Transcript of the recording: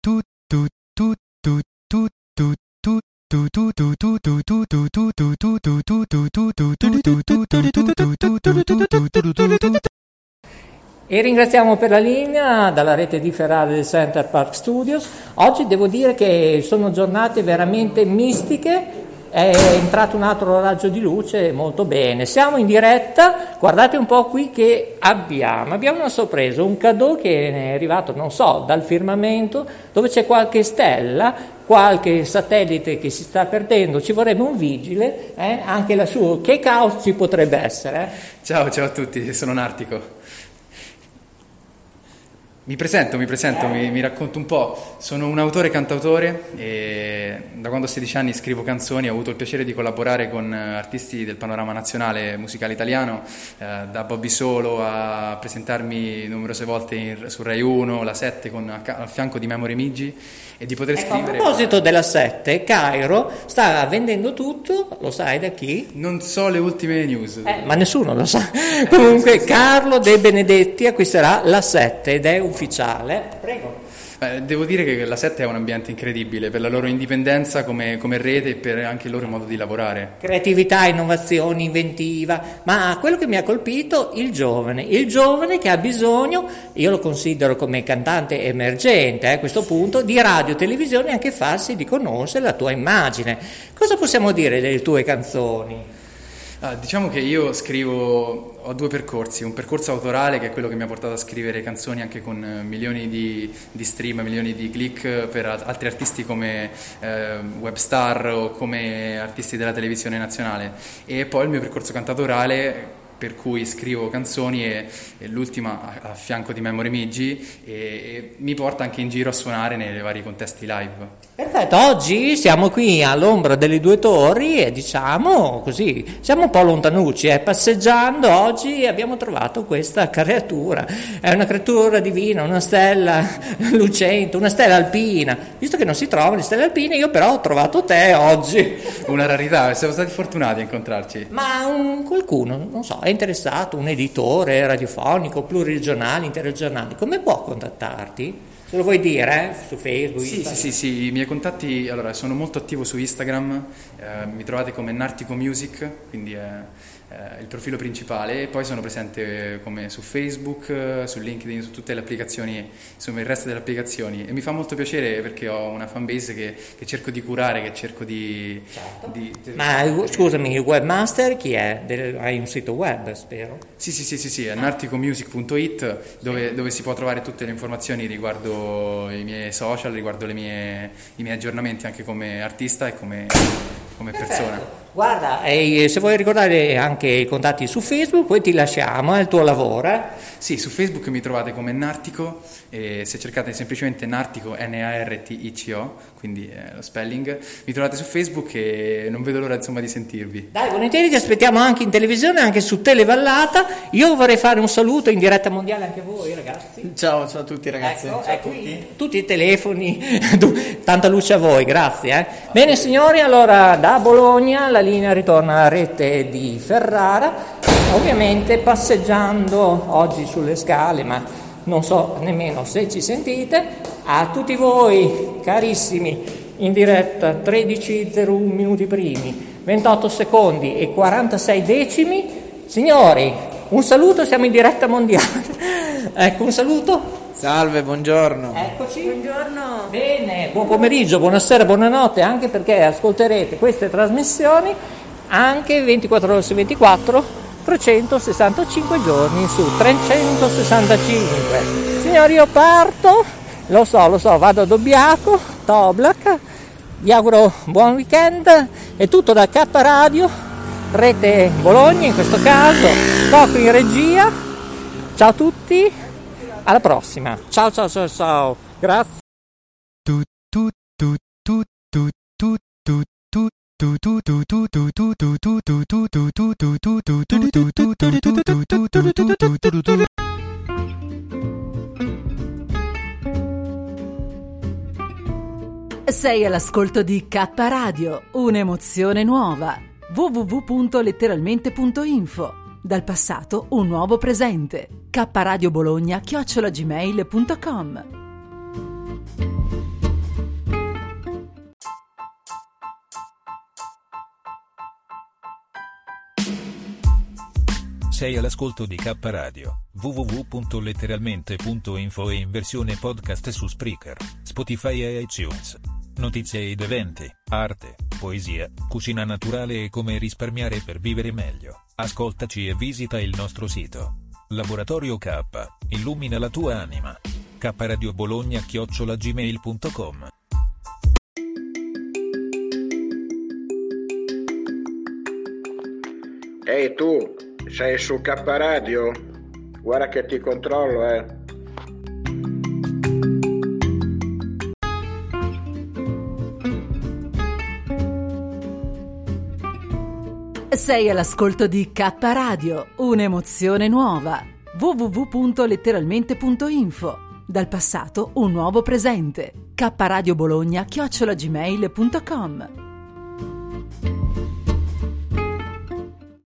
E ringraziamo per la linea dalla rete di Ferrara del Center Park Studios. Oggi devo dire che sono giornate veramente mistiche. È entrato un altro raggio di luce, molto bene. Siamo in diretta, guardate un po' qui che abbiamo una sorpresa, un cadeau che è arrivato, non so, dal firmamento, dove c'è qualche stella, qualche satellite che si sta perdendo, ci vorrebbe un vigile, anche lassù, che caos ci potrebbe essere? Ciao a tutti, sono Nartico. Mi presento, mi racconto un po'. Sono un autore e cantautore e da quando ho 16 anni scrivo canzoni. Ho avuto il piacere di collaborare con artisti del panorama nazionale musicale italiano, da Bobby Solo a presentarmi numerose volte su Rai 1, la 7 al fianco di Memory Migi, e di poter scrivere. A proposito della 7, Cairo sta vendendo tutto, lo sai da chi? Non so le ultime news. Ma nessuno lo sa. Comunque Carlo De Benedetti acquisterà la 7 ed è ufficiale. Prego. Devo dire che la 7 è un ambiente incredibile per la loro indipendenza come rete e per anche il loro modo di lavorare. Creatività, innovazione, inventiva, ma quello che mi ha colpito, il giovane che ha bisogno, io lo considero come cantante emergente a questo punto, di radio, televisione, anche farsi di conoscere la tua immagine. Cosa possiamo dire delle tue canzoni? Diciamo che io ho due percorsi, un percorso autorale che è quello che mi ha portato a scrivere canzoni anche con milioni di stream, milioni di click per altri artisti come Webstar o come artisti della televisione nazionale, e poi il mio percorso cantautorale per cui scrivo canzoni e l'ultima a fianco di Memory Migi e mi porta anche in giro a suonare nei vari contesti live. Perfetto, oggi siamo qui all'ombra delle due torri e diciamo così, siamo un po' lontanucci, passeggiando oggi abbiamo trovato questa creatura, è una creatura divina, una stella lucente, una stella alpina, visto che non si trovano le stelle alpine, io però ho trovato te oggi. Una rarità, siamo stati fortunati a incontrarci. Ma qualcuno, non so, è interessato, un editore radiofonico, pluriregionale, interregionale, come può contattarti? Se lo vuoi dire, su Facebook? Sì, i miei contatti, allora, sono molto attivo su Instagram, mi trovate come Nartico Music, quindi è il profilo principale, e poi sono presente come su Facebook, su LinkedIn, su tutte le applicazioni, insomma il resto delle applicazioni, e mi fa molto piacere perché ho una fanbase che cerco di curare, che cerco di... Certo. Ma scusami, il webmaster chi è? Hai un sito web, spero? Sì, è narticomusic.it dove si può trovare tutte le informazioni riguardo i miei social, riguardo i miei aggiornamenti anche come artista e come persona. Guarda, se vuoi ricordare anche i contatti su Facebook, poi ti lasciamo, è il tuo lavoro. Sì, su Facebook mi trovate come Nartico, e se cercate semplicemente Nartico, Nartico, quindi lo spelling, mi trovate su Facebook e non vedo l'ora insomma di sentirvi. Dai, volentieri, ti aspettiamo anche in televisione, anche su Televallata. Io vorrei fare un saluto in diretta mondiale anche a voi ragazzi. Ciao a tutti ragazzi. Ciao a tutti i telefoni, tanta luce a voi, grazie. Bene signori, allora da Bologna la linea ritorna alla rete di Ferrara, ovviamente passeggiando oggi sulle scale, ma non so nemmeno se ci sentite. A tutti voi carissimi, in diretta 13:01 minuti primi, 28 secondi e 46 decimi, signori, un saluto, siamo in diretta mondiale. Ecco, un saluto. Salve, buongiorno. Eccoci. Buongiorno. Bene, buon pomeriggio, buonasera, buonanotte, anche perché ascolterete queste trasmissioni anche 24 ore su 24, 365 giorni su 365. Signori, io parto, lo so, vado ad Obbiaco, Toblach, vi auguro buon weekend, è tutto da K Radio, rete Bologna in questo caso, Coco in regia, ciao a tutti. Alla prossima. Ciao. Grazie. Sei all'ascolto di K Radio, un'emozione nuova. www.letteralmente.info. Dal passato un nuovo presente. kradiobologna@gmail.com Sei all'ascolto di K Radio, www.letteralmente.info e in versione podcast su Spreaker, Spotify e iTunes. Notizie ed eventi, arte, poesia, cucina naturale e come risparmiare per vivere meglio. Ascoltaci e visita il nostro sito. Laboratorio K, illumina la tua anima. kradiobologna@gmail.com. Ehi tu, sei su K Radio? Guarda che ti controllo, Sei all'ascolto di K Radio, un'emozione nuova. www.letteralmente.info. Dal passato un nuovo presente. kradiobologna@gmail.com.